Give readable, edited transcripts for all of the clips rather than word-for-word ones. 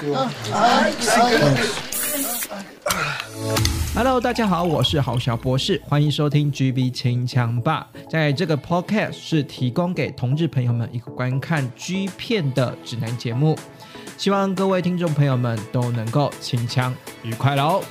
Hello， 大家好，我是郝小博士，欢迎收听 GB 清枪吧。在这个 podcast 是提供给同志朋友们一个观看 G 片的指南节目，希望各位听众朋友们都能够清枪愉快喽。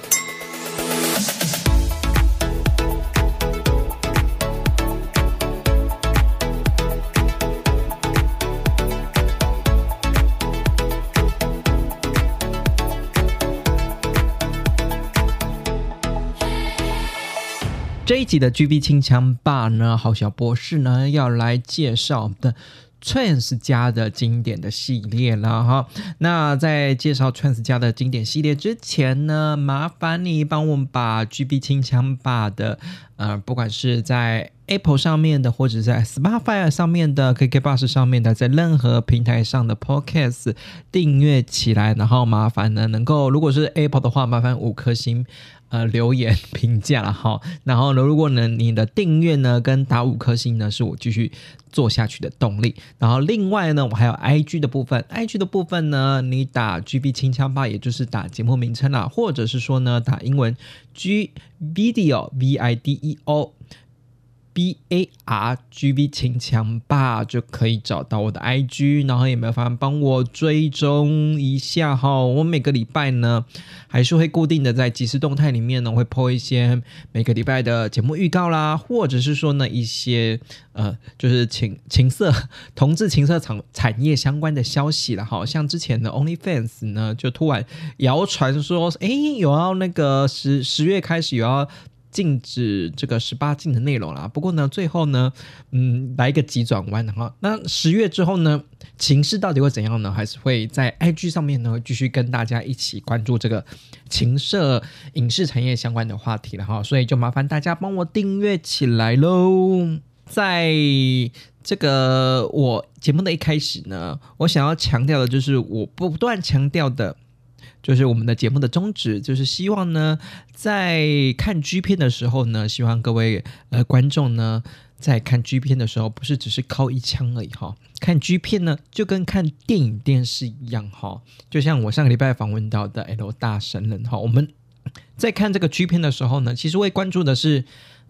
这一集的 GB 清枪吧呢，郝小博士呢要来介绍我们的 Trans 家的经典的系列了哈。那在介绍 Trans 家的经典系列之前呢，麻烦你帮我们把 GB 清枪吧的不管是在 Apple 上面的，或者在 Spotify 上面的， KKBOX 上面的，在任何平台上的 Podcast 订阅起来，然后麻烦呢能够，如果是 Apple 的话，麻烦5颗星留言评价了哈。然后呢，如果呢你的订阅呢跟打5颗星呢是我继续做下去的动力。然后另外呢，我还有 IG 的部分， IG 的部分呢，你打 GB 清枪吧，也就是打节目名称啦，或者是说呢打英文 G Video VIDEO BAR 清枪吧就可以找到我的 IG， 然后也麻烦帮我追踪一下哈。我每个礼拜呢还是会固定的在即时动态里面呢会 po 一些每个礼拜的节目预告啦，或者是说呢一些就是同志情色产业相关的消息啦。好像之前的 OnlyFans 呢就突然谣传说有要那个10月开始有要禁止这个18禁的内容啦，不过呢最后呢来一个急转弯哈。那10月之后呢情势到底会怎样呢？还是会在 IG 上面呢继续跟大家一起关注这个情色影视产业相关的话题了哈，所以就麻烦大家帮我订阅起来咯。在这个我节目的一开始呢，我想要强调的就是我不断强调的就是我们的节目的宗旨，就是希望呢在看 G 片的时候呢，希望各位观众呢在看 G 片的时候不是只是靠一枪而已哈。看 G 片呢就跟看电影电视一样哈，就像我上个礼拜访问到的 L 大神人哈，我们在看这个 G 片的时候呢，其实会关注的是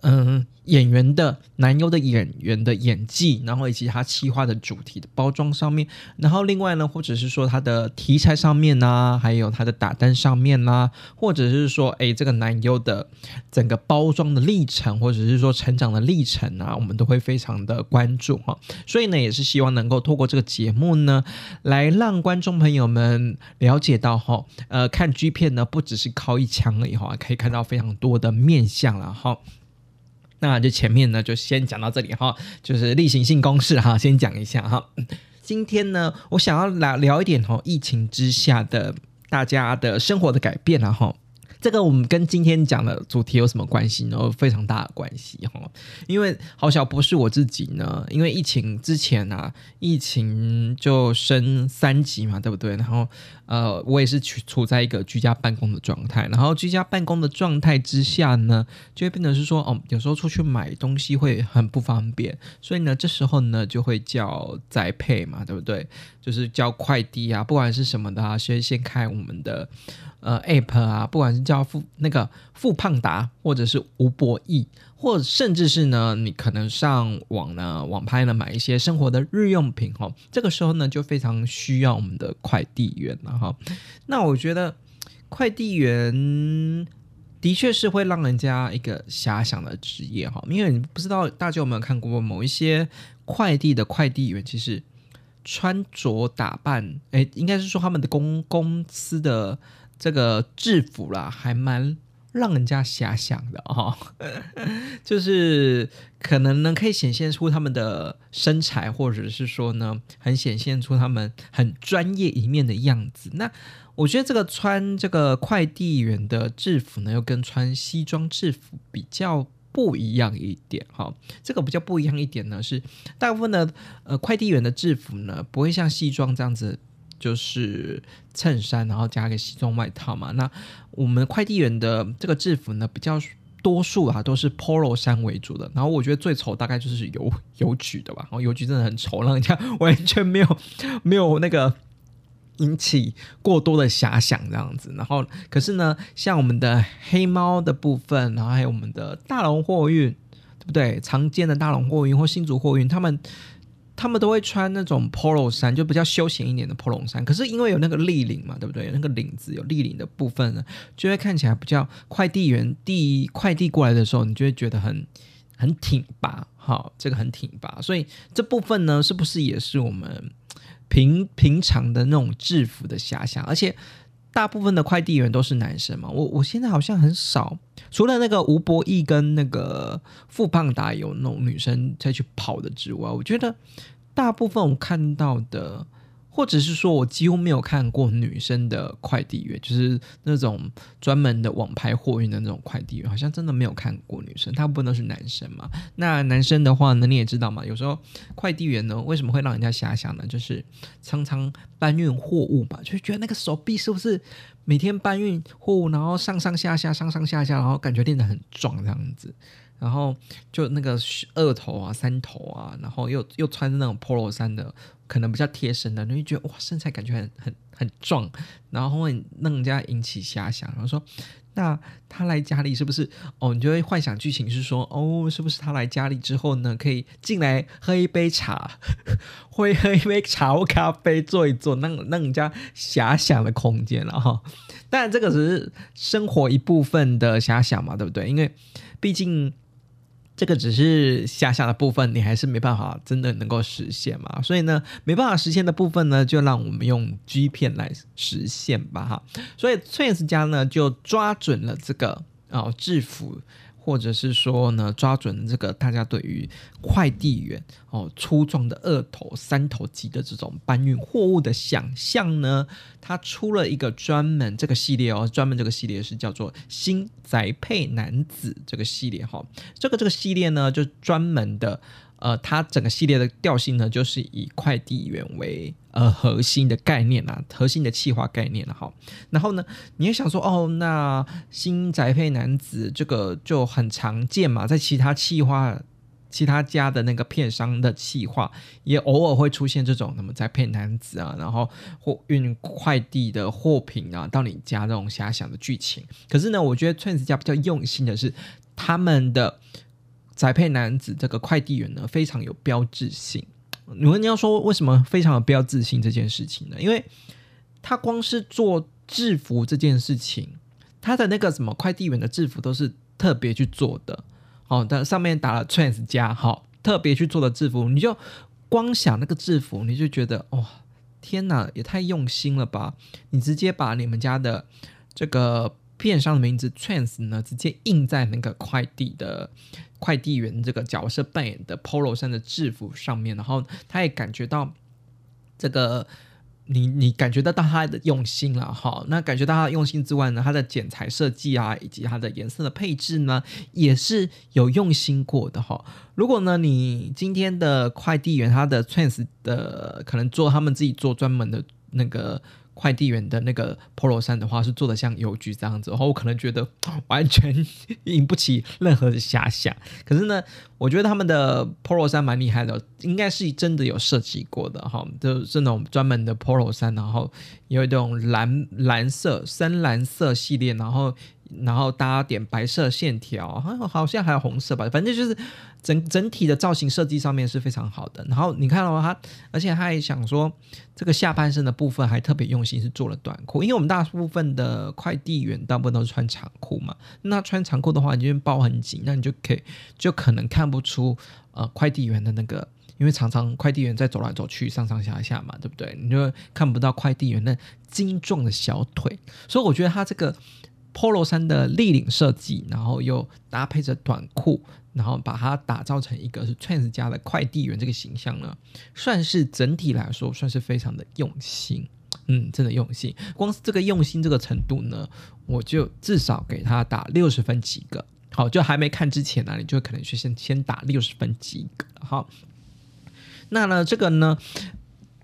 男优的演员的演技，然后以及他企划的主题的包装上面，然后另外呢或者是说他的题材上面啊，还有他的打灯上面啊，或者是说这个男优的整个包装的历程，或者是说成长的历程啊，我们都会非常的关注哈。所以呢也是希望能够透过这个节目呢来让观众朋友们了解到哈，看 G 片呢不只是靠一枪而已哈，可以看到非常多的面向了哈。那就前面呢就先讲到这里哈，就是例行性公事哈，先讲一下哈。今天呢我想要聊一点疫情之下的大家的生活的改变啦哈。这个我们跟今天讲的主题有什么关系呢？非常大的关系哈。因为郝小博士我自己呢，因为疫情之前啊，疫情就升3级嘛，对不对？然后我也是处在一个居家办公的状态，然后居家办公的状态之下呢，就会变成是说有时候出去买东西会很不方便，所以呢这时候呢就会叫宅配嘛，对不对？就是叫快递啊，不管是什么的啊，先看我们的App 啊，不管是叫富胖达，或者是吴博义，或者甚至是呢你可能上网拍呢买一些生活的日用品这个时候呢就非常需要我们的快递员了哈。那我觉得快递员的确是会让人家一个遐想的职业哈，因为你不知道大家有没有看过某一些快递的快递员，其实穿着打扮应该是说他们的公司的这个制服啦，还蛮让人家遐想的就是可能呢可以显现出他们的身材，或者是说呢很显现出他们很专业一面的样子。那我觉得这个穿这个快递员的制服呢，又跟穿西装制服比较不一样一点哈。这个比较不一样一点呢，是大部分的快递员的制服呢，不会像西装这样子，就是衬衫然后加个西装外套嘛。那我们快递员的这个制服呢，比较多数啊都是 polo 衫为主的。然后我觉得最丑大概就是邮局的吧，然后邮局真的很丑，让人家完全没有那个引起过多的遐想这样子。然后可是呢，像我们的黑猫的部分，然后还有我们的大龙货运，对不对？常见的大龙货运或新竹货运，他们都会穿那种 polo 衫，就比较休闲一点的 polo 衫。可是因为有那个立领嘛，对不对？有那个领子有立领的部分呢，就会看起来比较快递员快递过来的时候，你就会觉得很挺拔。好，这个很挺拔。所以这部分呢，是不是也是我们平常的那种制服的遐想？而且大部分的快递员都是男生嘛，我现在好像很少，除了那个吴博义跟那个富胖达有那种女生再去跑的之外，我觉得大部分我看到的，或者是说我几乎没有看过女生的快递员，就是那种专门的网拍货运的那种快递员，好像真的没有看过女生，大部分都是男生嘛。那男生的话呢，你也知道嘛，有时候快递员呢，为什么会让人家遐想呢？就是常常搬运货物吧，就觉得那个手臂是不是每天搬运货物，然后上上下下，然后感觉练得很壮这样子。然后就那个2头啊3头啊，然后又穿那种 polo 衫的，可能比较贴身的，你会觉得哇身材感觉很壮，然后会让人家引起遐想，然后说那他来家里是不是你就会幻想剧情是说是不是他来家里之后呢，可以进来喝一杯茶，会喝一杯茶或咖啡坐一坐，让人家遐想的空间了哈。当然这个只是生活一部分的遐想嘛，对不对？因为毕竟这个只是遐想的部分，你还是没办法真的能够实现嘛，所以呢没办法实现的部分呢，就让我们用 G 片来实现吧哈。所以 Twins 家呢就抓准了这个制服，或者是说呢抓准这个大家对于快递员粗壮的2头3头级的这种搬运货物的想象呢，他出了一个专门这个系列专门这个系列是叫做新宅配男子这个系列这个系列呢就专门的它整个系列的调性呢，就是以快递员为核心的概念核心的企划概念然后呢，你也想说那新宅配男子这个就很常见嘛，在其他家的那个片商的企划也偶尔会出现这种什么宅配男子啊，然后运快递的货品啊到你家这种遐想的剧情。可是呢，我觉得 Twins 家比较用心的是他们的宅配男子这个快递员呢非常有标志性。你要说为什么非常有标志性这件事情呢？因为他光是做制服这件事情，他的那个什么快递员的制服都是特别去做的但上面打了 Twins 家特别去做的制服，你就光想那个制服你就觉得天哪也太用心了吧。你直接把你们家的这个片商的名字 Twins 呢直接印在那个快递员这个角色扮演的 polo 衫的制服上面，然后他也感觉到这个你感觉得到他的用心了那感觉到他的用心之外呢，他的剪裁设计啊以及他的颜色的配置呢也是有用心过的如果呢你今天的快递员他的 Twins 的可能他们自己做专门的那个快递员的那个 polo 衫的话是做的像邮局这样子我可能觉得完全引不起任何的遐想。可是呢我觉得他们的 polo 衫蛮厉害的，应该是真的有设计过的就是那种专门的 polo 衫，然后有一种蓝色深蓝色系列，然后搭点白色线条，好像还有红色吧，反正就是整体的造型设计上面是非常好的。然后你看而且他还想说这个下半身的部分还特别用心是做了短裤，因为我们大部分的快递员大部分都是穿长裤嘛，那穿长裤的话你就包很紧，那你就可能看不出快递员的那个，因为常常快递员在走来走去上上下下嘛，对不对？你就看不到快递员那精壮的小腿。所以我觉得他这个 polo 衫的立领设计，然后又搭配着短裤，然后把它打造成一个是 Twins 家的快递员这个形象呢，算是整体来说算是非常的用心。真的用心，光是这个用心这个程度呢，我就至少给他打60分及格。好，就还没看之前呢，你就可能先打60分及格。好，那呢这个呢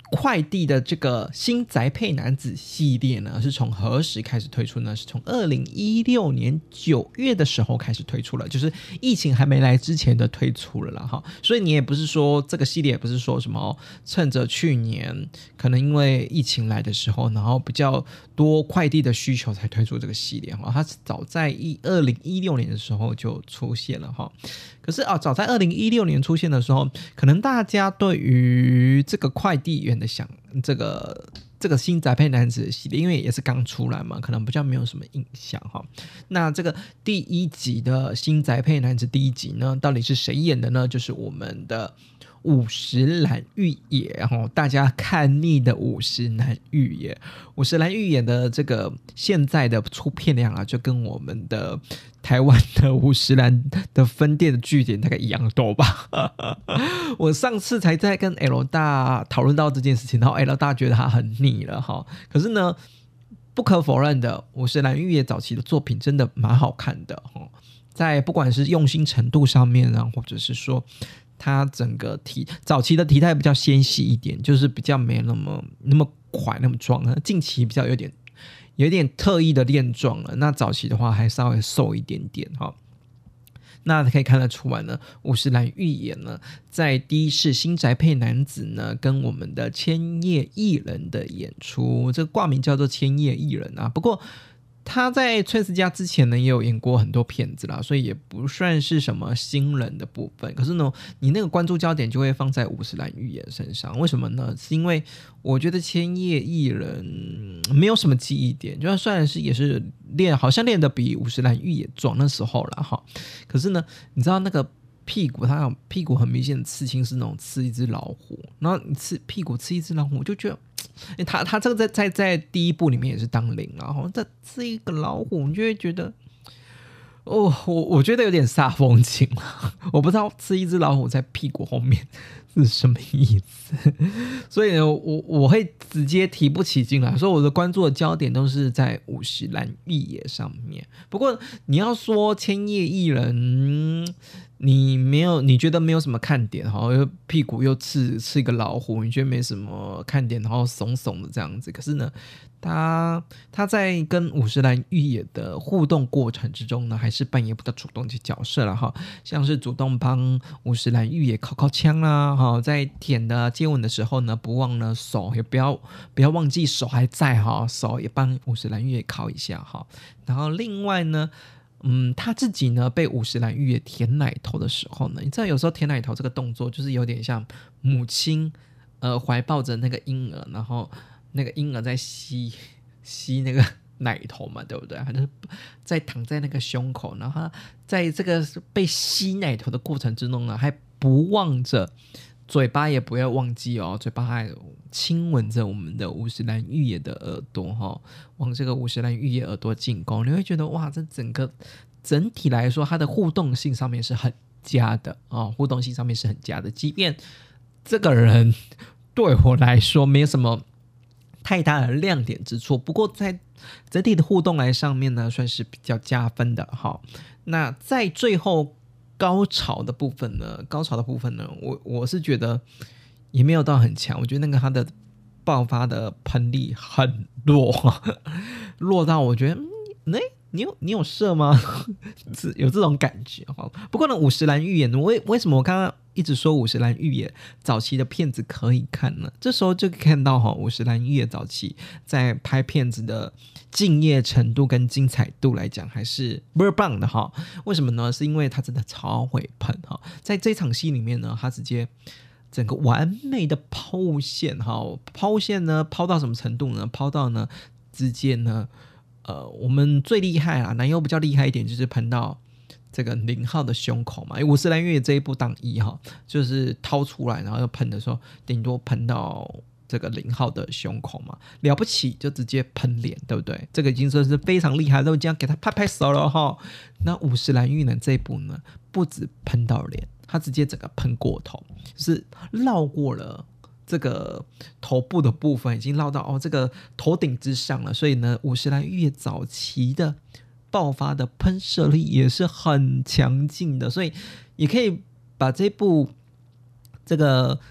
快递的这个新宅配男子系列呢，是从何时开始推出呢？是从2016年9月的时候开始推出了，就是疫情还没来之前的推出了啦哈。所以你也不是说这个系列也不是说什么趁着去年可能因为疫情来的时候，然后比较多快递的需求才推出这个系列哈。它是早在2016年的时候就出现了哈。可是早在2016年出现的时候，可能大家对于这个快递员的这个新宅配男子的系列，因为也是刚出来嘛，可能比较没有什么印象哈。那这个第一集的新宅配男子第一集呢，到底是谁演的呢？就是我们的五十岚裕也哈，大家看腻的五十岚裕也，五十岚裕也的这个现在的出片量啊，就跟我们的台湾的五十岚的分店的据点大概一样多吧。我上次才在跟 L 大讨论到这件事情，然后 L 大觉得他很腻了哈。可是呢，不可否认的，五十岚裕也早期的作品真的蛮好看的哈，在不管是用心程度上面啊，或者是说它整个早期的体态比较纤细一点，就是比较没那么快那么壮了。近期比较有点特意的练壮了，那早期的话还稍微瘦一点点哈。那可以看得出来呢，五十岚裕也呢，在第一世新宅配男子呢，跟我们的千叶艺人的演出，这个挂名叫做千叶艺人啊。不过他在崔斯家之前呢，也有演过很多片子啦，所以也不算是什么新人的部分。可是呢，你那个关注焦点就会放在五十岚裕也身上，为什么呢？是因为我觉得千叶艺人没有什么记忆点，就虽然是也是好像练得比五十岚裕也壮那时候啦哈，可是呢，你知道那个屁股很明显的刺青是那种刺一只老虎，然后你屁股刺一只老虎，我就觉得。他这个在第一部里面也是当零了，然后这一个老虎，你就会觉得，我觉得有点煞风景了。我不知道吃一只老虎在屁股后面是什么意思，所以呢，我会直接提不起劲来，所以我的关注的焦点都是在五十岚裕也上面。不过你要说千叶艺人。你觉得没有什么看点哈，屁股又刺一个老虎，你觉得没什么看点，然后怂怂的这样子。可是呢，他在跟五十岚裕也的互动过程之中呢，还是扮演比较主动的角色了哈，像是主动帮五十岚裕也靠枪啦哈，在舔的接吻的时候呢，不忘呢手也不要忘记手还在哈，手也帮五十岚裕也靠一下哈。然后另外呢。他自己呢被五十岚裕也舔奶头的时候呢，你知道有时候舔奶头这个动作就是有点像母亲怀抱着那个婴儿，然后那个婴儿在吸那个奶头嘛，对不对？他就是在躺在那个胸口，然后他在这个被吸奶头的过程之中呢，还不忘着嘴巴也不要忘记哦，嘴巴还亲吻着我们的五十岚裕也的耳朵哈，往这个五十岚裕也耳朵进攻，你会觉得哇，这整体来说，它的互动性上面是很佳的哦，互动性上面是很佳的，即便这个人对我来说没有什么太大的亮点之处，不过在整体的互动来上面呢，算是比较加分的哈。那在最后高潮的部分呢，我是觉得也没有到很强，我觉得那个他的爆发的喷力很弱，弱到我觉得，你有射吗？有这种感觉哈。不过呢，五十岚裕也，为什么我刚刚一直说五十岚裕也早期的片子可以看呢？这时候就看到哈，五十岚裕也早期在拍片子的敬业程度跟精彩度来讲，还是倍儿棒的哈。为什么呢？是因为他真的超会喷哈，在这场戏里面呢，他直接整个完美的抛线哈，抛线呢抛到什么程度呢？抛到呢直接呢。我们最厉害啊，男优比较厉害一点，就是喷到这个0号的胸口嘛。五十岚裕也这一部当1哈，就是掏出来，然后又喷的时候，顶多喷到这个0号的胸口嘛。了不起就直接喷脸，对不对？这个已经算是非常厉害，都已经给他拍拍手了哈。那五十岚裕呢这一部呢，不止喷到脸，他直接整个喷过头，就是绕过了。这个头部的部分已经绕到这个头顶之上了，所以呢，五十岚裕也早期的爆发的喷射力也是很强劲的，所以也可以把这部这个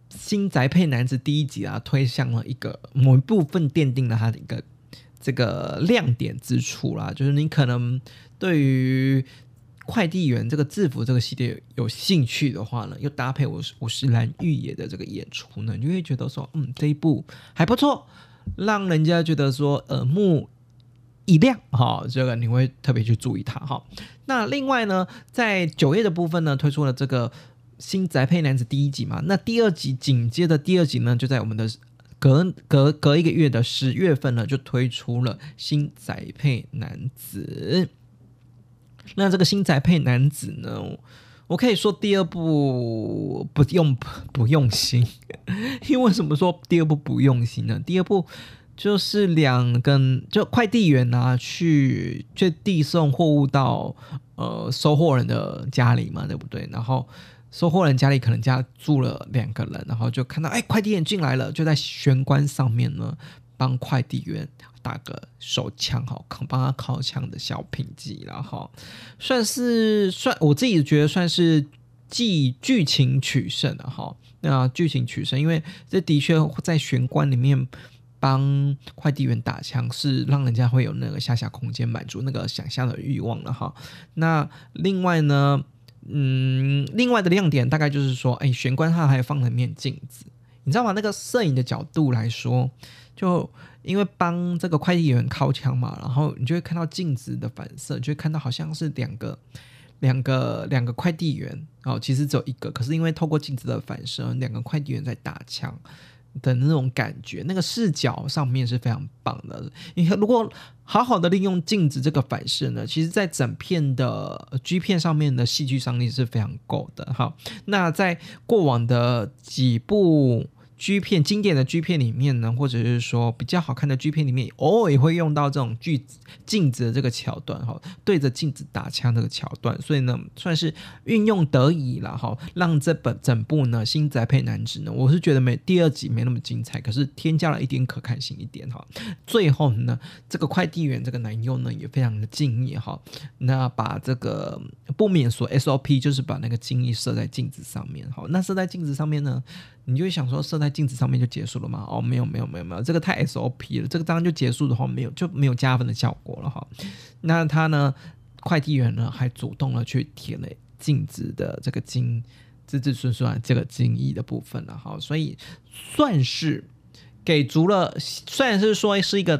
新宅配男子第一集啊，推向了一个某一部分奠定了他的一个这个亮点之处啦，就是你可能对于快递员这个制服这个系列有兴趣的话呢，又搭配五十岚裕也的这个演出呢，你就会觉得说，这一部还不错，让人家觉得说耳目一亮哈，这个你会特别去注意它哈。那另外呢，在9月的部分呢，推出了这个新宅配男子第一集嘛，那第二集紧接着第二集呢，就在我们的隔一个月的10月份呢，就推出了新宅配男子。那这个新宅配男子呢，我可以说第二部不用心，因为为什么说第二部不用心呢？第二部就是就快递员啊去递送货物到收货人的家里嘛，对不对？然后收货人家里可能家住了2个人，然后就看到快递员进来了，就在玄关上面呢帮快递员打个手枪，帮他靠枪的小品级，然后我自己觉得算是剧情取胜的哈。那剧情取胜，因为这的确在玄关里面帮快递员打枪，是让人家会有那个遐想空间，满足那个想象的欲望了哈。那另外呢？另外的亮点大概就是说，玄关它还放了一面镜子，你知道吗？那个摄影的角度来说，就因为帮这个快递员靠枪嘛，然后你就会看到镜子的反射，就会看到好像是两个快递员其实只有一个，可是因为透过镜子的反射，2个快递员在打枪的那种感觉，那个视角上面是非常棒的。你如果好好的利用镜子这个反射呢，其实在整片的 G 片上面的戏剧张力是非常够的。好，那在过往的几部G 片经典的 G 片里面呢，或者是说比较好看的 G 片里面，偶尔也会用到这种镜子的这个桥段，对着镜子打枪这个桥段，所以呢算是运用得宜啦，让整部呢新宅配男子呢，我是觉得第二集没那么精彩，可是添加了一点可看性一点哈。最后呢，这个快递员这个男优呢也非常的敬业哈，那把这个不免俗 SOP 就是把那个精液射在镜子上面，那射在镜子上面呢，你就会想说射在镜子上面就结束了吗？没有，这个太 SOP 了，这个当然就结束的话就没有加分的效果了哈。那他呢，快递员呢还主动的去舔了镜子的这个子孙孙这个精液的部分了哈，所以算是给足了，虽然是说是一个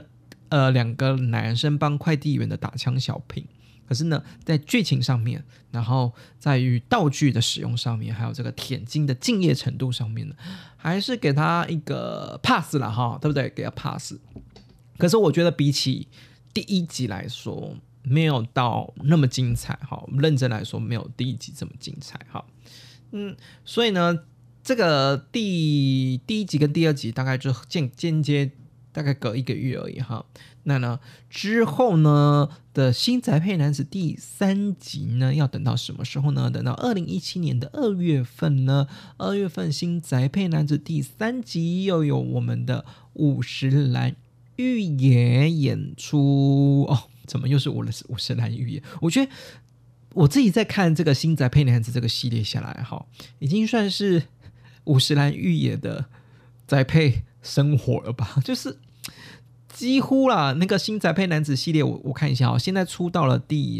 2个男生帮快递员的打枪小品。可是呢，在剧情上面，然后在于道具的使用上面，还有这个舔金的敬业程度上面呢，还是给他一个 pass 啦哈，对不对？给他 pass。可是我觉得比起第一集来说，没有到那么精彩哈。认真来说，没有第一集这么精彩哈。所以呢，这个第一集跟第二集大概就间接大概隔1个月而已哈。那呢之后呢的新宅配男子第3集呢，要等到什么时候呢？等到2017年的2月份呢。2月份新宅配男子第3集又有我们的五十岚裕也演出怎么又是五十岚裕也？我觉得我自己在看这个新宅配男子这个系列下来已经算是五十岚裕也的宅配生活了吧，就是几乎啦，那个新宅配男子系列我看一下现在出到了第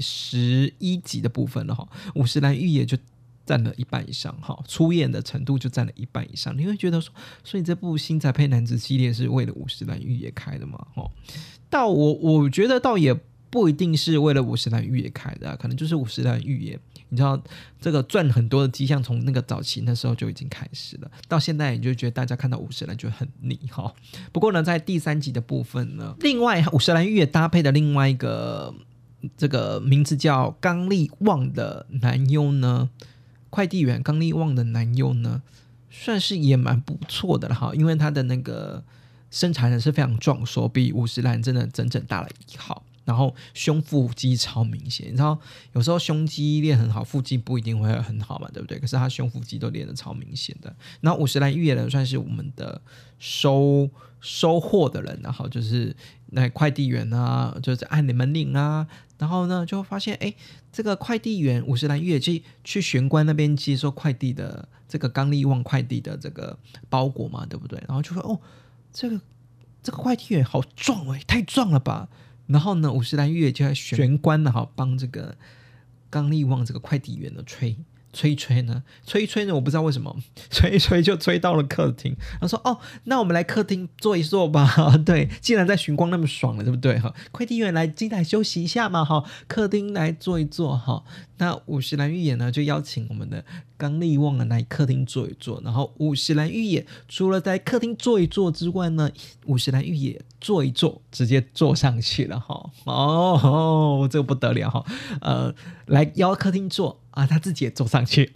11集的部分了五十岚裕也就占了一半以上出演的程度就占了一半以上。你会觉得说，所以这部新宅配男子系列是为了五十岚裕也开的吗？我觉得倒也不一定是为了五十岚裕也开的可能就是五十岚裕也你知道这个赚很多的迹象从那个早期那时候就已经开始了，到现在你就觉得大家看到五十岚就很腻不过呢，在第3集的部分呢，另外五十岚裕也搭配的另外一个这个名字叫刚力旺的男优呢，快递员刚力旺的男优呢，算是也蛮不错的了因为他的那个身材呢是非常壮硕，比五十岚真的整整大了1号。 然后胸腹肌超明显。你知道有时候胸肌练很好，腹肌不一定会很好嘛，对不对？可是他胸腹肌都练得超明显的。然后五十岚玉野呢，算是我们的收货的人，然后就是那快递员啊，就是按你们铃啊，然后呢就发现这个快递员五十岚玉野去玄关那边接收快递的这个刚力旺快递的这个包裹嘛，对不对？然后就说这个快递员好壮太壮了吧。然后呢，五十岚玉野就在玄关呢，帮这个刚力旺这个快递员的吹呢，我不知道为什么吹就吹到了客厅。他说那我们来客厅坐一坐吧。对，既然在玄关那么爽了，对不对？快递员来进来休息一下嘛，客厅来坐一坐。那五十岚玉野呢就邀请我们的刚力旺来客厅坐一坐。然后五十岚玉野除了在客厅坐一坐之外呢，五十岚玉野坐一坐直接坐上去了。这个不得了。来邀客厅坐他自己也坐上去。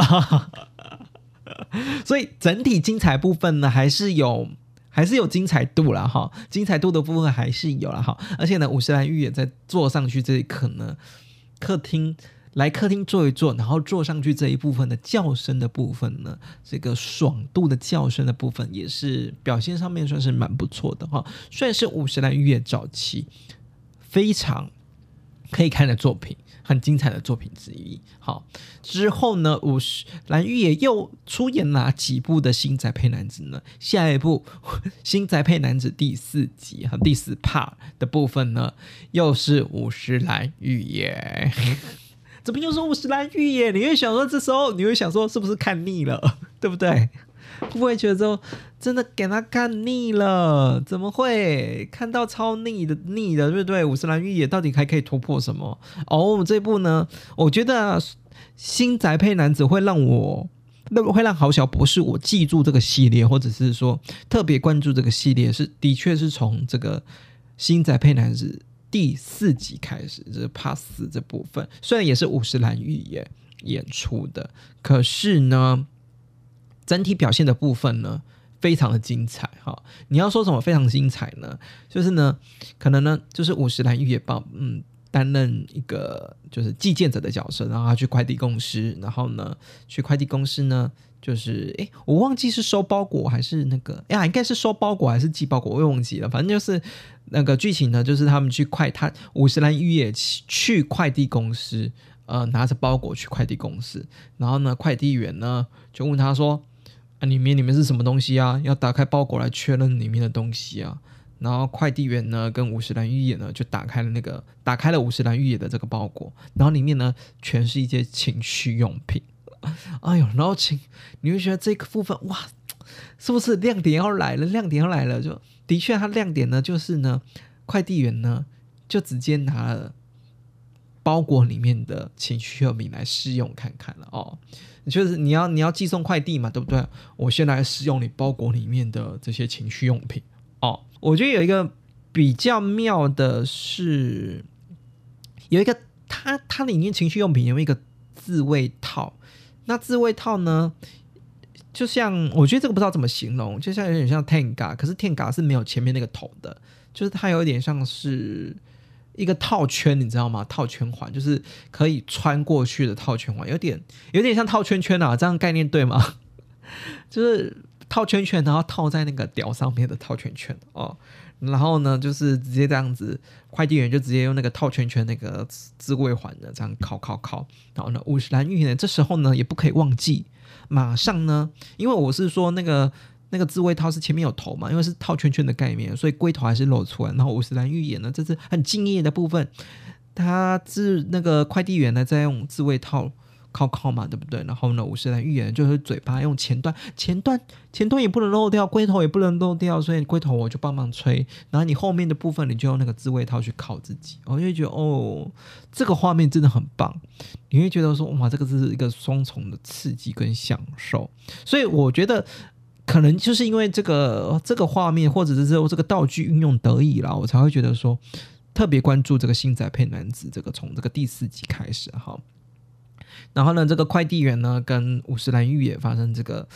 所以整体精彩部分呢还是有精彩度啦，精彩度的部分还是有啦。而且呢，五十岚玉野在坐上去这一刻呢，客厅坐一坐，然后坐上去这一部分的叫声的部分呢，这个爽度的叫声的部分也是表现上面算是蛮不错的算是五十岚玉野早期非常可以看的作品，很精彩的作品之一。之后呢，五十岚玉野又出演哪几部的新宅配男子呢？下一部新宅配男子第4集和第4 part 的部分呢，又是五十岚玉野。怎么又是五十岚玉野？你会想说，这时候你会想说，是不是看腻了，对不对？会不会觉得说真的给他看腻了？怎么会看到超腻的，对不对？五十岚玉野到底还可以突破什么？这部呢，我觉得新宅配男子会让好小博士我记住这个系列，或者是说特别关注这个系列，的确是从这个新宅配男子第4集开始，就是 Part 4这部分，虽然也是五十岚玉野演出的，可是呢，整体表现的部分呢，非常的精彩。你要说什么非常精彩呢？就是呢，可能呢，就是五十岚玉野担任一个就是寄件者的角色，然后他去快递公司，然后呢，去快递公司呢，就是我忘记是收包裹还是那个应该是收包裹还是寄包裹，我也忘记了。反正就是那个剧情呢，就是他们五十岚玉野去快递公司，拿着包裹去快递公司，然后呢，快递员呢就问他说里面是什么东西啊？要打开包裹来确认里面的东西啊。然后快递员呢跟五十岚玉野呢就打开了五十岚玉野的这个包裹，然后里面呢全是一些情趣用品。然后你会觉得这个部分哇，是不是亮点要来了？就的确，它亮点呢就是呢，快递员呢就直接拿了包裹里面的情趣用品来试用看看了就是你要寄送快递嘛，对不对？我先来试用你包裹里面的这些情趣用品我觉得有一个比较妙的是，有一个它里面情趣用品有一个自慰套，那自慰套呢，就像我觉得这个不知道怎么形容，就像有点像 Tenga， 可是 Tenga 是没有前面那个头的，就是它有点像是一个套圈，你知道吗？套圈环就是可以穿过去的套圈环，有点像套圈圈这样概念对吗？就是套圈圈，然后套在那个屌上面的套圈圈然后呢，就是直接这样子，快递员就直接用那个套圈圈那个自慰环的这样敲，然后呢，五十岚玉野呢这时候呢也不可以忘记，马上呢，因为我是说那个自慰套是前面有头嘛，因为是套圈圈的概念，所以龟头还是露出来。然后五十岚玉野呢，这是很敬业的部分，那个快递员呢在用自慰套靠嘛，对不对？然后呢，五十岚玉野就是嘴巴用前端也不能漏掉，龟头也不能漏掉，所以龟头我就帮忙吹，然后你后面的部分你就用那个自慰套去靠自己，我就觉得这个画面真的很棒，你会觉得说哇，这个是一个双重的刺激跟享受，所以我觉得可能就是因为这个画面或者是这个道具运用得宜啦，我才会觉得说特别关注这个新宅配男子，这个从这个第4集开始哈。然后呢，这个快递员呢跟五十岚玉野发生这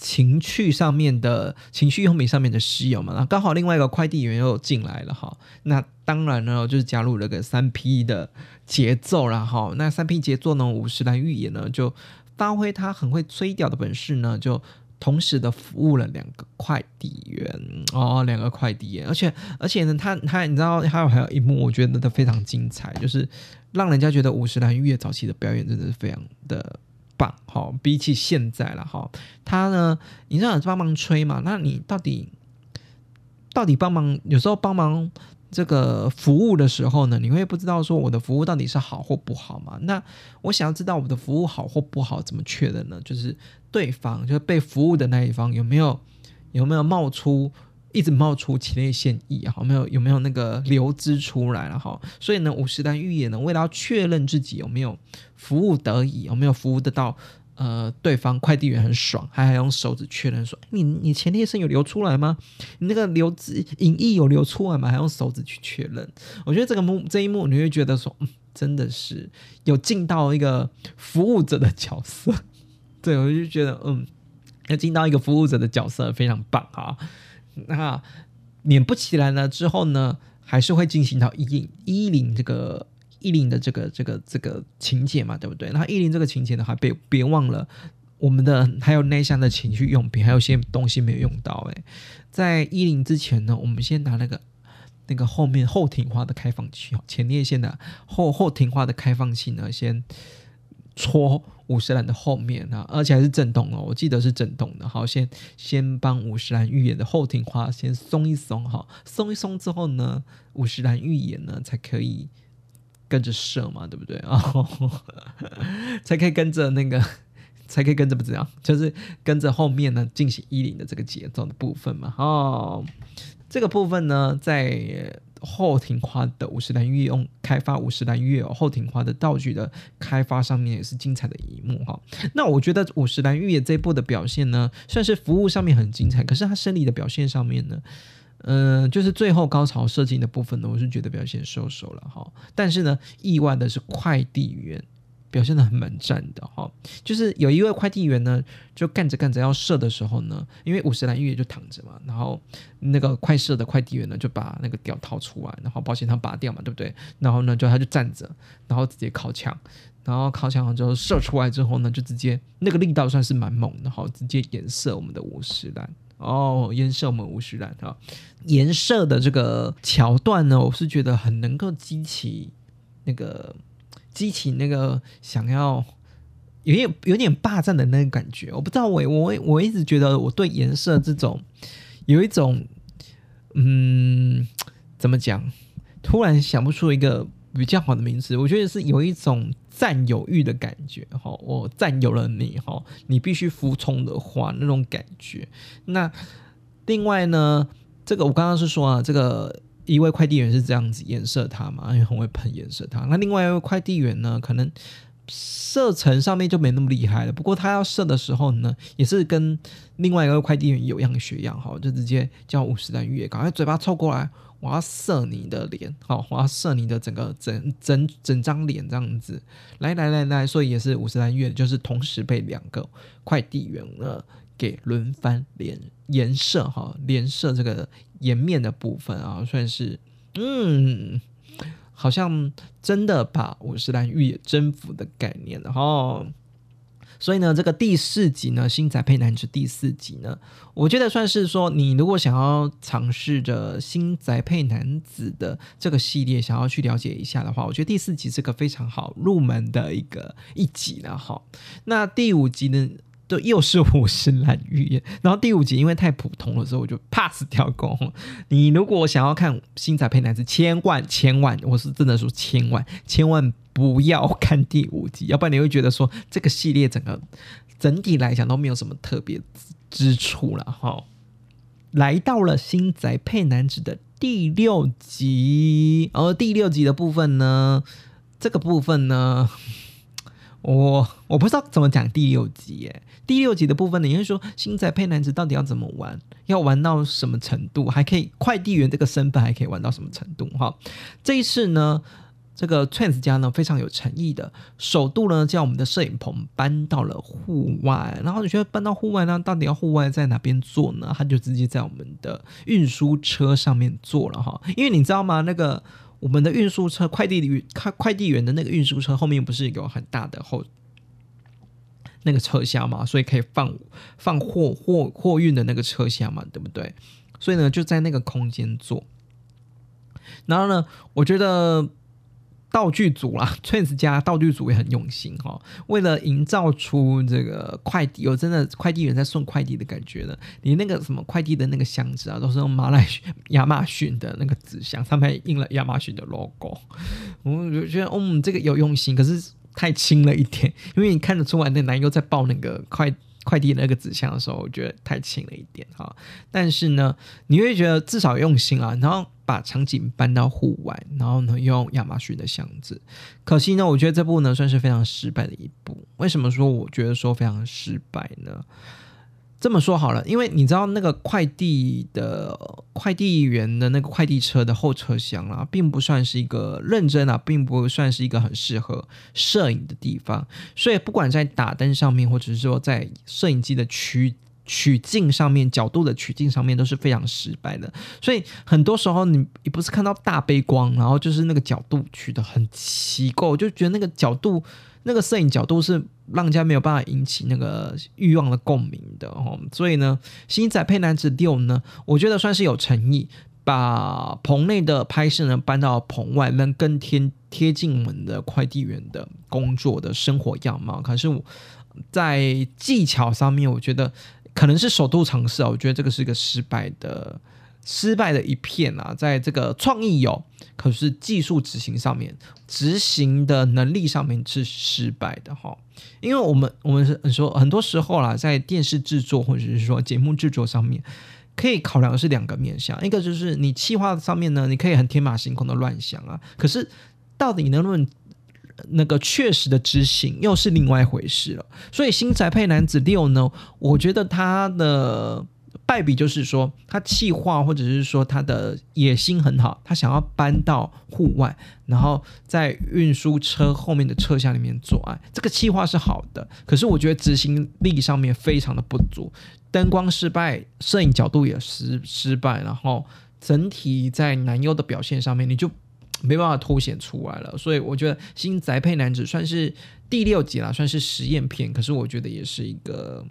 情趣用品上面的室友嘛，然后刚好另外一个快递员又进来了哈，那当然呢就是加入了个3P 的节奏啦哈，那3P 节奏呢，五十岚预言呢就发挥他很会催屌的本事呢，就同时的服务了2个快递员哦，2个快递员，而且呢，他你知道还有一幕我觉得都非常精彩，就是让人家觉得五十岚预言早期的表演真的是非常的棒，比起现在了哈，他呢，你知道帮忙吹嘛？那你到底帮忙，有时候帮忙这个服务的时候呢，你会不知道说我的服务到底是好或不好嘛？那我想要知道我的服务好或不好怎么确认呢？就是对方就是被服务的那一方有没有一直冒出前列腺液啊？有没有那个流汁出来了哈？所以呢，五十岚预言呢，为了要确认自己有没有服务得宜，有没有服务得到对方快递员很爽，还用手指确认说你前列腺有流出来吗？你那个流汁隐液有流出来吗？还用手指去确认。我觉得这一幕你会觉得说，真的是有尽到一个服务者的角色。对，我就觉得要尽到一个服务者的角色非常棒啊。那免不起来呢之后呢，还是会进行到一零的这个情节嘛，对不对？那10这个情节呢，还别忘了我们的还有内向的情趣用品，还有些东西没有用到。在10之前呢，我们先拿那个后面后庭花的开放器，前列腺的后庭花的开放器呢，先戳五十岚的后面啊，而且还是震动哦，我记得是震动的。好，先帮五十岚预言的后庭花先松一松哈，松一松之后呢，五十岚预言呢才可以跟着射嘛，对不对才可以跟着不这样，就是跟着后面呢进行10的这个节奏的部分嘛。这个部分呢，在后庭花的五十岚御用开发五十岚御后庭花的道具的开发上面也是精彩的一幕哈。那我觉得五十岚御这一部的表现呢，算是服务上面很精彩，可是它生理的表现上面呢，就是最后高潮射精的部分呢，我是觉得表现收手了哈。但是呢，意外的是快递员表现得很蛮赞的哈，就是有一位快递员呢，就干着要射的时候呢，因为五十岚预言就躺着嘛，然后那个快射的快递员呢，就把那个屌掏出来，然后保险套拔掉嘛，对不对？然后呢，他就站着，然后直接靠墙，然后靠墙之后射出来之后呢，就直接那个力道算是蛮猛的哈，直接颜射我们的五十岚。颜射我们五十岚哈，颜射的这个桥段呢，我是觉得很能够激起那个想要有点霸占的那个感觉。我不知道我一直觉得我对颜射这种有一种怎么讲，突然想不出一个比较好的名词，我觉得是有一种占有欲的感觉，我占有了你，你必须服从的话那种感觉。那另外呢，这个我刚刚是说这个一位快递员是这样子颜射他嘛，因为很会喷颜射他。那另外一位快递员呢，可能射程上面就没那么厉害了，不过他要射的时候呢，也是跟另外一位快递员有样学样，就直接叫五十岚预言赶快嘴巴凑过来，我要射你的脸，我要射你的整张脸这样子，来，所以也是五十岚预言，就是同时被2个快递员呢给轮番连射连射这个颜面的部分啊，算是好像真的把五十岚预言征服的概念了所以呢，这个第4集呢，新宅配男子第4集呢，我觉得算是说，你如果想要尝试着新宅配男子的这个系列，想要去了解一下的话，我觉得第4集是个非常好入门的一集了那第5集呢，就又是五十岚预言，然后第5集因为太普通了，所以我就 pass 掉过。你如果想要看新宅配男子，千万，我是真的说千万不要看第5集，要不然你会觉得说这个系列整体来讲都没有什么特别之处了来到了新宅配男子的第6集，而第6集的部分呢，这个部分呢，我不知道怎么讲第6集耶。第6集的部分呢，也就是说新宅配男子到底要怎么玩，要玩到什么程度，还可以快递员这个身份还可以玩到什么程度这一次呢， 这个 Twins 家呢非常有诚意的，首度呢将我们的摄影棚搬到了户外，然后你觉得搬到户外呢，到底要户外在哪边做呢？他就直接在我们的运输车上面做了哈，因为你知道吗？那个我们的运输车快递员的那个运输车后面不是有很大的那个车厢嘛，所以可以放货运的那个车厢嘛，对不对？所以呢就在那个空间做，然后呢，我觉得道具组啦 ，Twins 家道具组也很用心哈、为了营造出这个快递有真的快递员在送快递的感觉呢，你那个什么快递的那个箱子啊，都是用亚马逊的那个纸箱，上面印了亚马逊的 logo， 我就觉得这个有用心，可是太轻了一点，因为你看得出来那男优在抱那个快递那个纸箱的时候，我觉得太轻了一点哈。但是呢，你会觉得至少用心啊，然后把场景搬到户外，然后呢用亚马逊的箱子。可惜呢，我觉得这部呢算是非常失败的一部。为什么说我觉得说非常失败呢？这么说好了，因为你知道那个快递员的那个快递车的后车厢啦，并不算是一个认真啊，并不算是一个很适合摄影的地方，所以不管在打灯上面，或者是说在摄影机的取镜上面，角度的取镜上面都是非常失败的。所以很多时候你不是看到大背光，然后就是那个角度取得很奇怪，我就觉得那个角度。那个摄影角度是让人家没有办法引起那个欲望的共鸣的哦，所以呢，星仔配男子6呢，我觉得算是有诚意，把棚内的拍摄呢搬到棚外，能更贴近我们的快递员的工作的生活样貌。可是我在技巧上面，我觉得可能是首度尝试啊，我觉得这个是一个失败的一片啊，在这个创意有，可是技术执行上面，执行的能力上面是失败的哈。因为我们说很多时候啦，在电视制作或者是说节目制作上面，可以考量的是两个面向，一个就是你企划上面呢，你可以很天马行空的乱想啊，可是到底能不能那个确实的执行又是另外一回事了。所以新宅配男子6呢，我觉得他的败笔就是说，他企划或者是说他的野心很好，他想要搬到户外，然后在运输车后面的车厢里面做爱，这个企划是好的，可是我觉得执行力上面非常的不足，灯光失败，摄影角度也失败，然后整体在男优的表现上面你就没办法凸显出来了。所以我觉得新宅配男子算是第6集啦，算是实验片，可是我觉得也是一个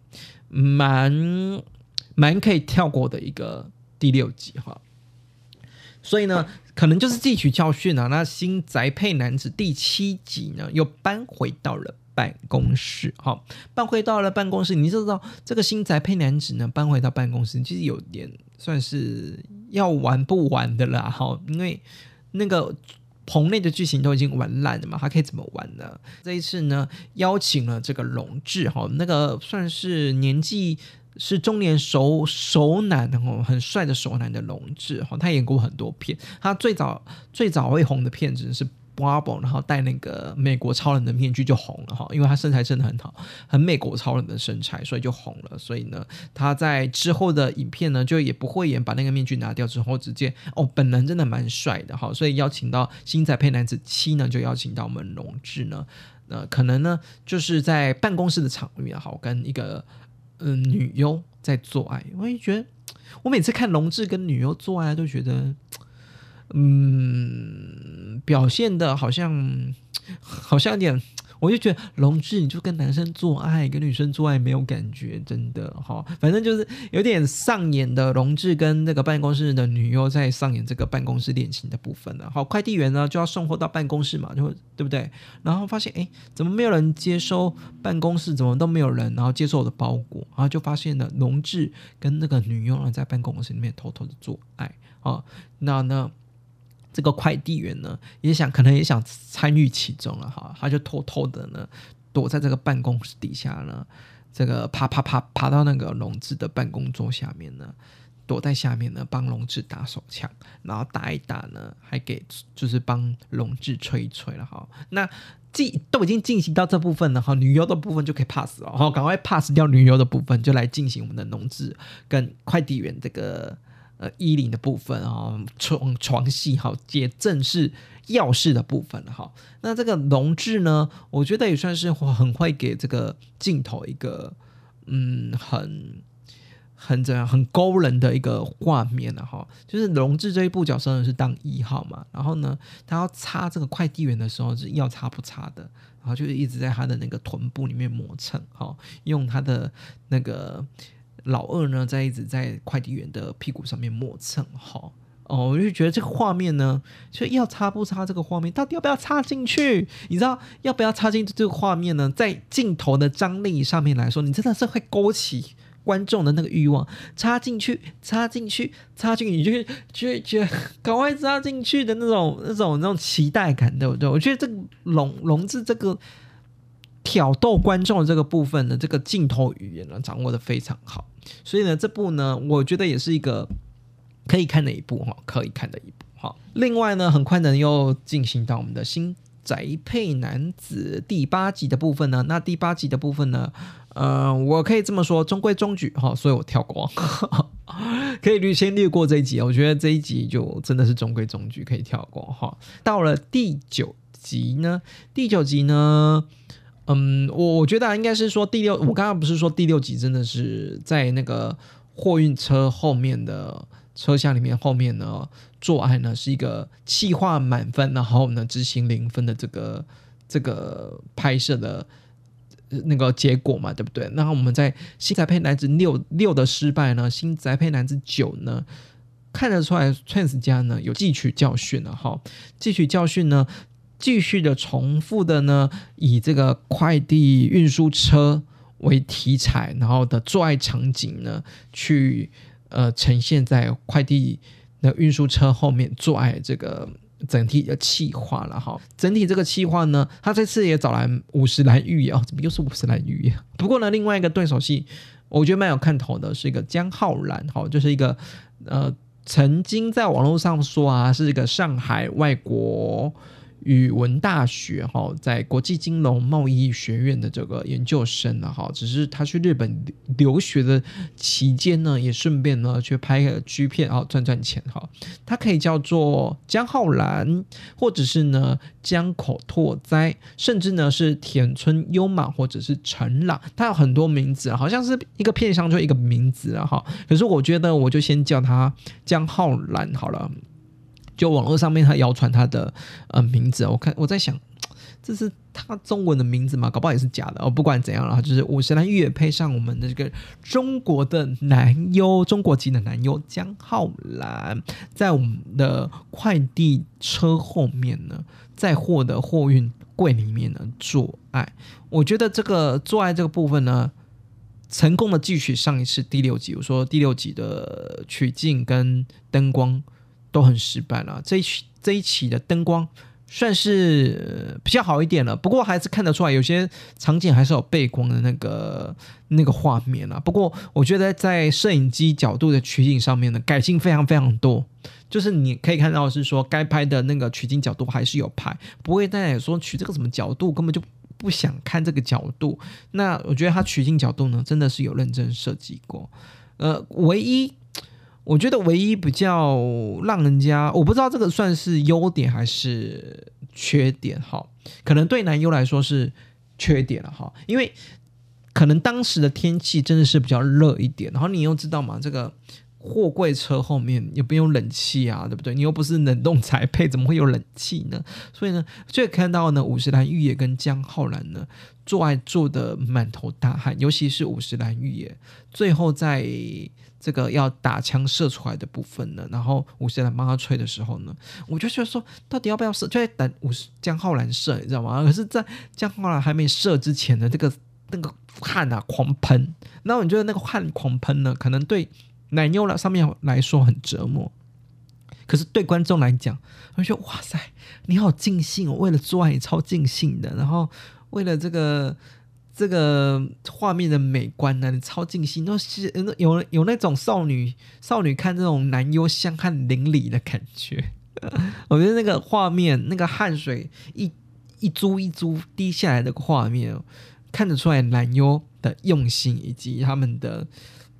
蛮可以跳过的一个第6集哈。所以呢，可能就是汲取教训啊。那新宅配男子第7集呢，又搬回到了办公室哈，搬回到了办公室，你知道这个新宅配男子呢，搬回到办公室，其实有点算是要玩不玩的啦哈，因为那个棚内的剧情都已经玩烂了嘛，他可以怎么玩呢？这一次呢，邀请了这个龙志哈，那个算是年纪是中年熟男哦，很帅的熟男的龙志哈，他演过很多片，他最早会红的片子是 Bravo， 然后戴那个美国超人的面具就红了哈，因为他身材真的很好，很美国超人的身材，所以就红了。所以呢，他在之后的影片呢，就也不会演，把那个面具拿掉之后，直接本人真的蛮帅的哈，所以邀请到新宅配男子7呢，就邀请到我们龙志呢，可能呢就是在办公室的场域好跟一个女优在做爱，我也觉得我每次看龙志跟女优做爱都觉得表现的好像有点，我就觉得龙志你就跟男生做爱跟女生做爱没有感觉，真的反正就是有点上演的龙志跟那个办公室的女优在上演这个办公室恋情的部分了。快递员呢就要送货到办公室嘛，对不对？然后发现怎么没有人接收办公室，怎么都没有人然后接受我的包裹，然后就发现了龙志跟那个女优呢在办公室里面偷偷的做爱那呢这个快递员呢可能也想参与其中了哈，他就偷偷的呢躲在这个办公室底下呢，这个爬到那个龙志的办公桌下面呢，躲在下面呢帮龙志打手枪，然后打一打呢还给就是帮龙志吹一吹了哈。那都已经进行到这部分了哈，女优的部分就可以 pass 了哈，赶快 pass 掉女优的部分，就来进行我们的龙志跟快递员这个衣领的部分啊，床戏好，也正是要式的部分了哈。那这个龙志呢，我觉得也算是很会给这个镜头一个很怎样很勾人的一个画面了哈。就是龙志这一部角色呢是当1号嘛，然后呢他要插这个快递员的时候是要插不插的，然后就是一直在他的那个臀部里面磨蹭哈，用他的那个老二呢一直在快递员的屁股上面磨蹭哈。我就觉得这个画面呢，就要插不插这个画面，到底要不要插进去？你知道要不要插进这个画面呢？在镜头的张力上面来说，你真的是会勾起观众的那个欲望，插进去，你就觉得赶快插进去的那种期待感，对不对？我觉得这个龙志这个挑逗观众的这个部分呢，这个镜头语言呢掌握的非常好，所以呢，这部呢，我觉得也是一个可以看的一部哈，可以看的一部哈。另外呢，很快呢又进行到我们的新宅配男子第8集的部分呢。那第8集的部分呢，我可以这么说，中规中矩哈，所以我跳过，可以先略过这一集。我觉得这一集就真的是中规中矩，可以跳过哈。到了第9集呢，我觉得应该是说我刚刚不是说第6集真的是在那个货运车后面的车厢里面后面呢做爱呢是一个企划满分，然后呢执行0分的这个拍摄的那个结果嘛，对不对？那我们在新宅配男子6的失败呢，新宅配男子9呢，看得出来 Trans 家呢有汲取教训了哈，汲取教训呢，继续的重复的呢，以这个快递运输车为题材，然后的做爱场景呢，去呈现在快递的运输车后面做爱这个整体的企划了哈。整体这个企划呢，他这次也找来50岚玉也怎么又是50岚玉也？不过呢，另外一个对手戏，我觉得蛮有看头的，是一个江浩然哈，就是一个曾经在网络上说啊，是一个上海外国语文大学在国际金融贸易学院的这个研究生只是他去日本留学的期间呢，也顺便呢去拍个G片赚钱他可以叫做江浩然，或者是呢江口拓哉，甚至呢是田村优马或者是陈朗，他有很多名字，好像是一个片商就一个名字可是我觉得我就先叫他江浩然好了。就网络上面他谣传他的名字，我在想，这是他中文的名字吗？搞不好也是假的不管怎样了，就是50岚玉配上我们的这个中国的男优，中国籍的男优江浩然，在我们的快递车后面呢，在货的货运柜里面呢做爱。我觉得这个做爱这个部分呢，成功的汲取上一次第6集，我说第6集的取景跟灯光都很失败了，这一期的灯光算是比较好一点了，不过还是看得出来有些场景还是有背光的那个画面啦。不过我觉得在摄影机角度的取景上面呢，改进非常非常多，就是你可以看到是说该拍的那个取景角度还是有拍，不会再说取这个什么角度根本就不想看这个角度。那我觉得他取景角度呢真的是有认真设计过。我觉得唯一比较让人家，我不知道这个算是优点还是缺点可能对男优来说是缺点了因为可能当时的天气真的是比较热一点，然后你又知道嘛，这个货柜车后面也不用冷气啊，对不对？你又不是冷冻宅配，怎么会有冷气呢？所以呢，就看到呢50岚玉也跟江浩然呢做爱做的满头大汗，尤其是50岚玉也最后在这个要打枪射出来的部分呢，然后50岚帮他吹的时候呢，我就觉得说到底要不要射，就在等江浩然射，你知道吗？可是在江浩然还没射之前的那个汗狂喷，然后你觉得那个汗狂喷呢，可能对男优上面来说很折磨，可是对观众来讲，我就觉得哇塞，你好尽兴为了做爱也超尽兴的，然后为了这个画面的美观呢，你超尽兴，都是有那种少女看这种男优香汗淋漓的感觉。我觉得那个画面，那个汗水一珠一珠滴下来的画面，看得出来男优的用心以及他们的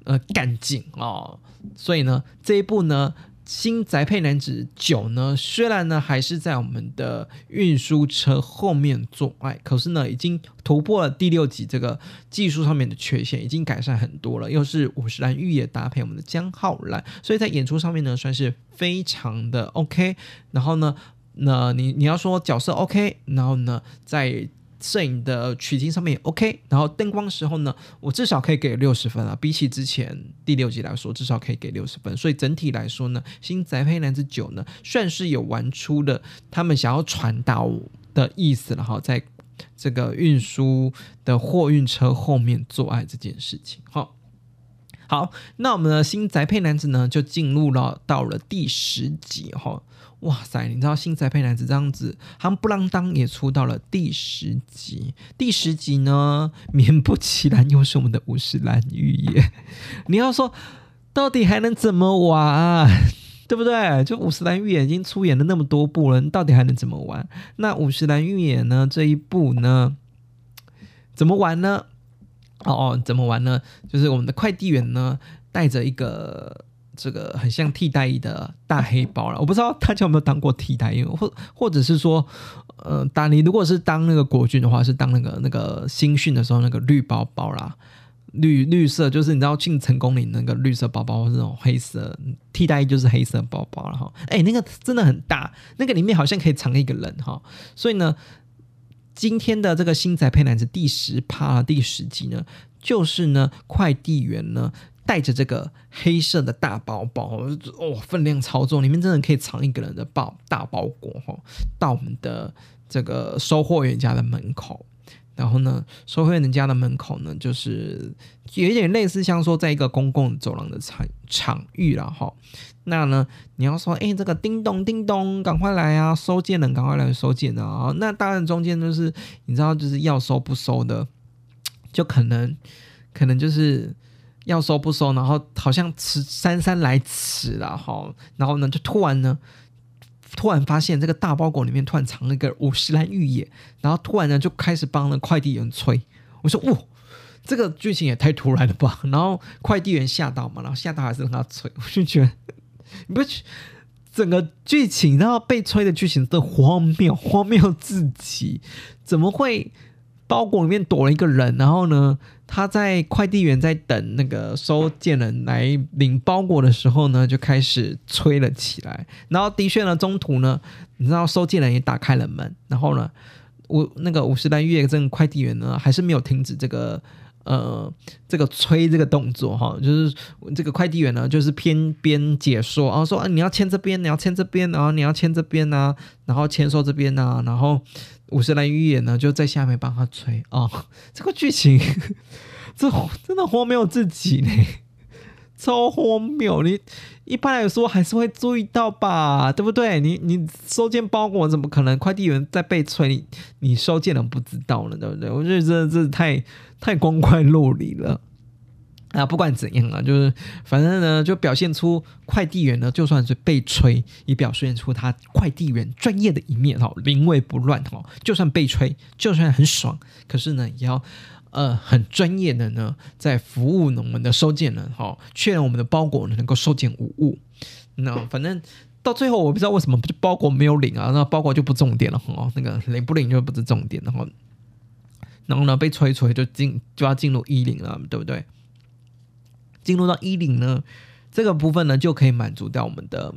干劲哦。所以呢，这一部呢，新宅配男子9呢，虽然呢还是在我们的运输车后面做爱，可是呢已经突破了第6集这个技术上面的缺陷，已经改善很多了。又是五十岚玉也搭配我们的江浩然，所以在演出上面呢算是非常的 OK。然后呢，你要说角色 OK， 然后呢在摄影的取景上面也 OK， 然后灯光时候呢，我至少可以给60分啊，比起之前第6集来说，至少可以给60分。所以整体来说呢，新宅配男子9呢，算是有玩出了他们想要传达的意思了哈，在这个运输的货运车后面做爱这件事情哈。好，那我们的新宅配男子呢，就进入到了第10集哈。哇塞，你知道新宅配男子这样子夯不啷当也出到了第10集。第10集呢，勉不其然又是我们的五十岚玉也。你要说到底还能怎么玩，对不对？就五十岚玉也已经出演了那么多部了，到底还能怎么玩？那五十岚玉也呢，这一部呢怎么玩呢？怎么玩呢？就是我们的快递员呢带着一个这个很像替代役的大黑包啦，我不知道大家有没有当过替代役，或者是说，你如果是当那个国军的话，是当那个新训的时候那个绿包包啦，绿色就是你知道进成功岭那个绿色包包，是那种黑色替代役就是黑色包包了哈，那个真的很大，那个里面好像可以藏一个人哈，所以呢。今天的这个新宅配男子第10%第10集呢，就是呢快递员呢带着这个黑色的大包包分量超重，里面真的可以藏一个人的大包裹到我们的这个收货员家的门口。然后呢，收货员家的门口呢，就是有一点类似像说在一个公共走廊的场域啦哈。那呢，你要说，这个叮咚叮咚，赶快来啊，收件人赶快来收件啊！那当然中间就是你知道，就是要收不收的，就可能就是要收不收，然后好像姗姗来迟啦哈，然后呢，就突然发现这个大包裹里面突然藏了一个五十岚玉也，然后突然呢就开始帮了快递员催，我说这个剧情也太突然了吧！然后快递员吓到嘛，然后吓到还是让他催，我就觉得你不整个剧情，然后被催的剧情真的荒谬至极，怎么会包裹里面躲了一个人，然后呢他在快递员在等那个收件人来领包裹的时候呢，就开始催了起来。然后的确呢，中途呢，你知道收件人也打开了门，然后呢，那个五十岚玉也这个快递员呢，还是没有停止这个催这个动作哈，就是这个快递员呢，就是边解说，然后说你要签这边，你要签这边，然后你要签这边啊，然后签收这边啊，然后五十岚玉也呢就在下面帮他催这个剧情这真的荒谬至极呢，超荒谬！你一般来说还是会注意到吧，对不对？你收件包裹怎么可能快递员在被催，你收件人不知道呢，对不对？我觉得真的是太光怪陆离了啊！不管怎样啊，就是反正呢，就表现出快递员呢，就算是被催，也表现出他快递员专业的一面临危不乱就算被催，就算很爽，可是呢，也要很专业的呢，在服务我们的收件人确认我们的包裹能够收件无误。那反正到最后我不知道为什么包裹没有领啊，那包裹就不重点了那个领不领就不是重点了然后呢被催就要进入10了，对不对？进入到10呢，这个部分呢就可以满足掉我们的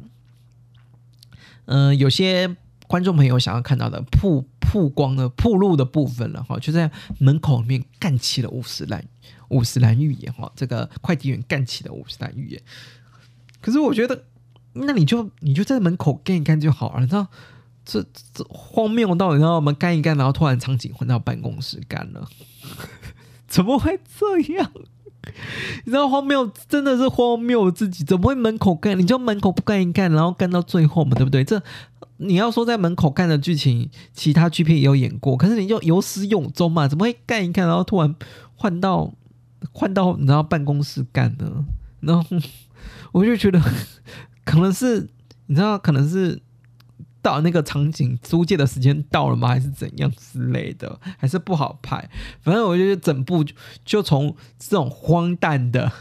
有些观众朋友想要看到的曝光的曝露的部分了就在门口里面干起了五十岚玉也这个快递员干起了五十岚玉也。可是我觉得，那你就在门口干一干就好了，你知道这荒谬到你知道我们干一干，然后突然场景换到办公室干了，怎么会这样？你知道荒谬真的是荒谬自己，怎么会门口干？你就门口不干一干，然后干到最后嘛，对不对？这你要说在门口干的剧情，其他剧片也有演过，可是你就有始有终嘛，怎么会干一干，然后突然换到你知道办公室干呢？然后我就觉得可能是你知道，可能是到那个场景租借的时间到了吗？还是怎样之类的？还是不好拍？反正我觉得整部就从这种荒诞的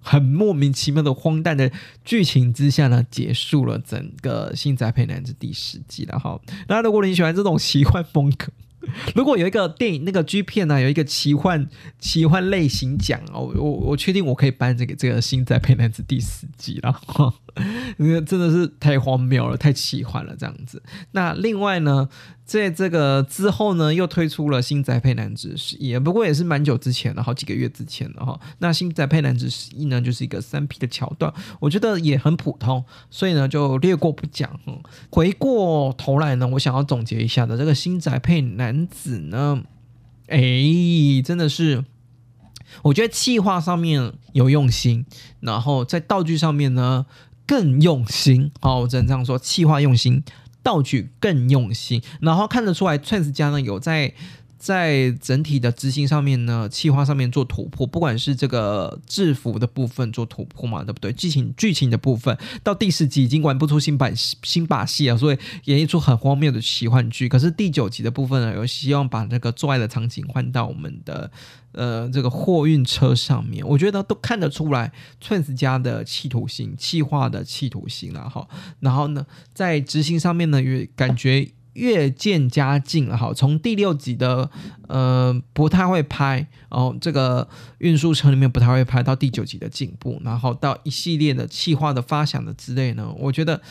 很莫名其妙的荒诞的剧情之下呢，结束了整个《新宅配男子》第10季了哈。那如果你喜欢这种奇幻风格，如果有一个电影那个 G 片呢、有一个奇幻类型奖哦，我确定我可以颁这个《新宅配男子》第10季了，因为真的是太荒谬了，太奇幻了这样子。那另外呢，在这个之后呢，又推出了《新宅配男子11》，不过也是蛮久之前了，好几个月之前了哈。那《新宅配男子11》呢，就是一个3P 的桥段，我觉得也很普通，所以呢就略过不讲。回过头来呢，我想要总结一下的这个《新宅配男子》呢，真的是。我觉得企划上面有用心，然后在道具上面呢更用心。我只能这样说，企划用心，道具更用心，然后看得出来 Twins 家呢有在整体的执行上面呢，企划上面做突破，不管是这个制服的部分做突破嘛，对不对？剧情的部分到第10集已经玩不出新把戏了，所以演绎出很荒谬的奇幻剧。可是第9集的部分呢，有希望把那个做爱的场景换到我们的这个货运车上面，我觉得都看得出来 Twins 家的企图心，企划的企图心啦哈。然后呢，在执行上面呢，也感觉越见加进了哈，从第6集的不太会拍这个运输车里面不太会拍，到第9集的进步，然后到一系列的企划的发想的之类呢，我觉得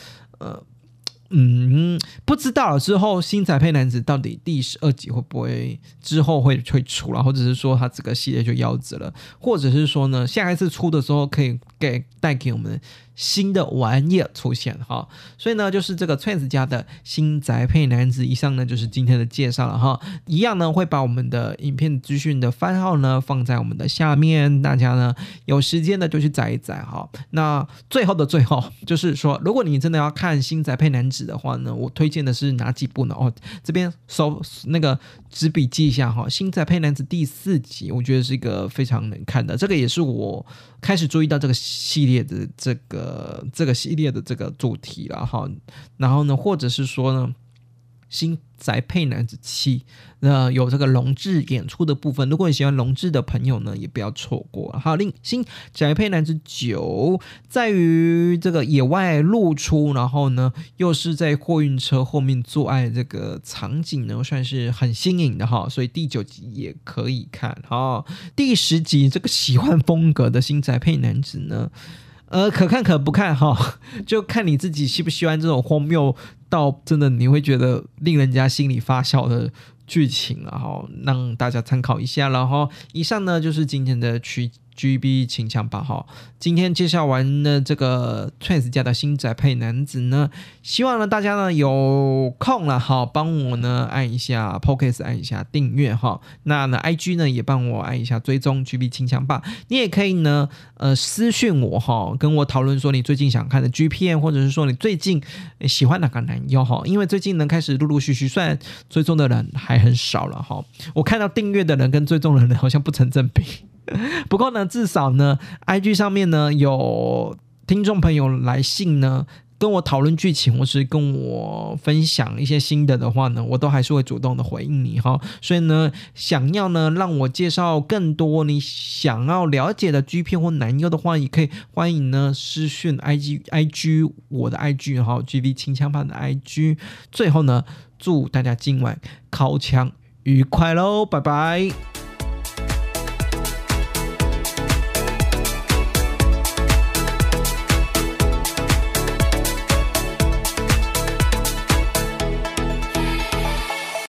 不知道了之后新宅配男子到底第12集会不会之后会推出了，或者是说他这个系列就夭折了，或者是说呢下一次出的时候可以带给我们新的玩意出现哈。所以呢就是这个 Twins 家的新宅配男子，以上呢就是今天的介绍了哈。一样呢会把我们的影片资讯的番号呢放在我们的下面，大家呢有时间的就去载一载哈。那最后的最后就是说，如果你真的要看新宅配男子的话呢，我推荐的是哪几部呢？这边那个纸笔记一下哈。新宅配男子第4集我觉得是一个非常能看的，这个也是我开始注意到这个系列的这个系列的这个主题了哈。然后呢或者是说呢新宅配男子7有这个龙志演出的部分，如果你喜欢龙志的朋友呢也不要错过。还有新宅配男子9在于这个野外露出，然后呢又是在货运车后面做爱这个场景呢算是很新颖的哈，所以第9集也可以看哈。第10集这个奇幻风格的新宅配男子呢可看可不看哈，就看你自己喜不喜欢这种荒谬到真的你会觉得令人家心里发笑的剧情，然后让大家参考一下。然后以上呢就是今天的GB 清枪吧哈。今天介绍完了这个 Twins 家的新宅配男子呢，希望呢大家呢有空了哈，帮我呢按一下 Podcast 按一下订阅哈。那呢 IG 呢也帮我按一下追踪 GB 清枪吧。你也可以呢私讯我哈，跟我讨论说你最近想看的 G 片，或者是说你最近喜欢哪个男优哈。因为最近呢开始陆陆续续，虽然追踪的人还很少了哈，我看到订阅的人跟追踪的人好像不成正比。不过呢至少呢 IG 上面呢有听众朋友来信呢跟我讨论剧情，或是跟我分享一些新的话呢，我都还是会主动的回应你哈。所以呢想要呢让我介绍更多你想要了解的 G 片或男优的话，也可以欢迎呢私讯 IG 我的 IG 哈 GB 清枪吧的 IG。 最后呢祝大家今晚尻枪愉快咯，拜拜。